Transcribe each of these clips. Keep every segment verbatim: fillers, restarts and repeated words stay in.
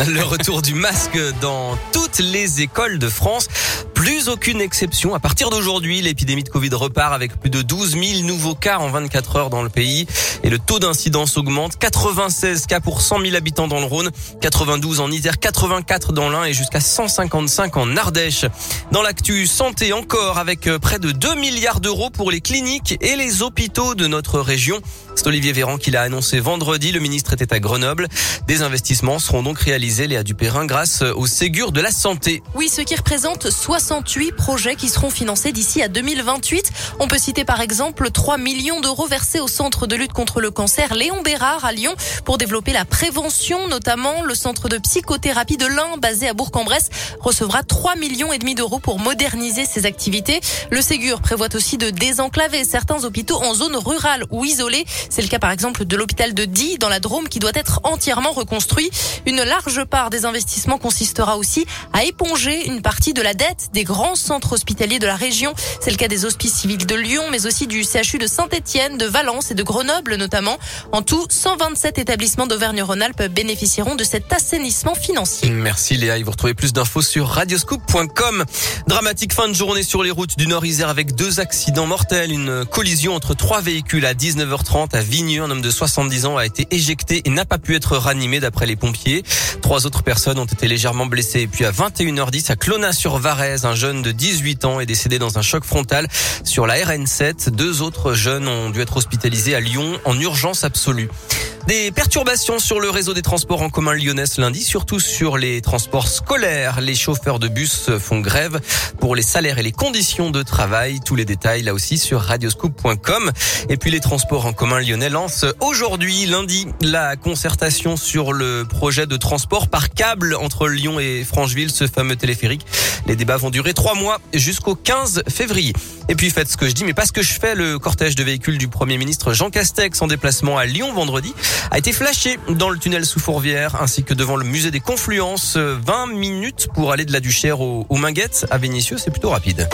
Le retour du masque dans toutes les écoles de France. Plus aucune exception. À partir d'aujourd'hui, l'épidémie de Covid repart avec plus de douze mille nouveaux cas en vingt-quatre heures dans le pays. Et le taux d'incidence augmente. quatre-vingt-seize cas pour cent mille habitants dans le Rhône, quatre-vingt-douze en Isère, quatre-vingt-quatre dans l'Ain et jusqu'à cent cinquante-cinq en Ardèche. Dans l'actu santé encore, avec près de deux milliards d'euros pour les cliniques et les hôpitaux de notre région. C'est Olivier Véran qui l'a annoncé vendredi. Le ministre était à Grenoble. Des investissements seront donc réalisés, Léa Dupérin, grâce au Ségur de la santé. Oui, ce qui représente soixante-huit projets qui seront financés d'ici à deux mille vingt-huit. On peut citer par exemple trois millions d'euros versés au centre de lutte contre le cancer Léon Bérard à Lyon pour développer la prévention, notamment le centre de psychothérapie de l'Ain, basé à Bourg-en-Bresse, recevra trois millions et demi d'euros pour moderniser ses activités. Le Ségur prévoit aussi de désenclaver certains hôpitaux en zone rurale ou isolée. C'est le cas par exemple de l'hôpital de Die dans la Drôme qui doit être entièrement reconstruit. Une large part des investissements consistera aussi à éponger une partie de la dette des grands centres hospitaliers de la région. C'est le cas des hospices civils de Lyon, mais aussi du C H U de Saint-Étienne, de Valence et de Grenoble notamment. En tout, cent vingt-sept établissements d'Auvergne-Rhône-Alpes bénéficieront de cet assainissement financier. Merci Léa. Vous retrouvez plus d'infos sur radioscoop point com. Dramatique fin de journée sur les routes du Nord-Isère avec deux accidents mortels. Une collision entre trois véhicules à dix-neuf heures trente à Vigneux. Un homme de soixante-dix ans a été éjecté et n'a pas pu être ranimé d'après les pompiers. Trois autres personnes ont été légèrement blessées. Et puis à vingt et une heures dix à Clonaz-sur-Varèse, un jeune de dix-huit ans est décédé dans un choc frontal sur la R N sept. Deux autres jeunes ont dû être hospitalisés à Lyon en urgence absolue. Des perturbations sur le réseau des transports en commun lyonnais ce lundi, surtout sur les transports scolaires. Les chauffeurs de bus font grève pour les salaires et les conditions de travail. Tous les détails là aussi sur radioscoop point com. Et puis les transports en commun lyonnais lancent aujourd'hui, lundi, la concertation sur le projet de transport par câble entre Lyon et Francheville, ce fameux téléphérique. Les débats vont durer trois mois jusqu'au quinze février. Et puis faites ce que je dis, mais pas ce que je fais. Le cortège de véhicules du Premier ministre Jean Castex en déplacement à Lyon vendredi a été flashé dans le tunnel sous Fourvière ainsi que devant le musée des Confluences. vingt minutes pour aller de la Duchère au, au Minguettes à Vénissieux, c'est plutôt rapide.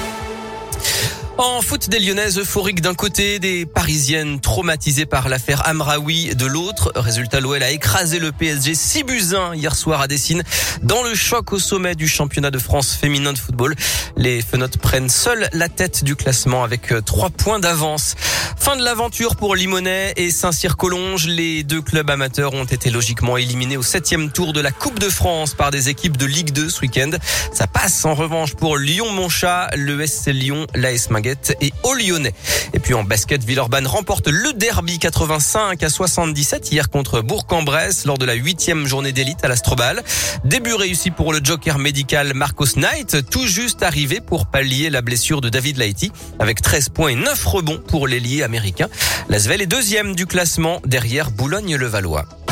En foot, des Lyonnaises euphoriques d'un côté, des Parisiennes traumatisées par l'affaire Amraoui de l'autre. Résultat, l'O L a écrasé le P S G six buts à un hier soir à Dessines dans le choc au sommet du championnat de France féminin de football. Les Fenotes prennent seules la tête du classement avec trois points d'avance. Fin de l'aventure pour Limonest et Saint-Cyr-Collonges. Les deux clubs amateurs ont été logiquement éliminés au septième tour de la Coupe de France par des équipes de Ligue deux ce week-end. Ça passe en revanche pour Lyon-Montchat, le S C Lyon, l'A S Minguettes et au Lyonnais. Et puis en basket, Villeurbanne remporte le derby quatre-vingt-cinq à soixante-dix-sept hier contre Bourg-en-Bresse lors de la huitième journée d'élite à l'Astrobal. Début réussi pour le joker médical Marcos Knight, tout juste arrivé pour pallier la blessure de David Laïti avec treize points et neuf rebonds pour l'ailier américain. L'Asvel est deuxième du classement derrière Boulogne-le-Valois.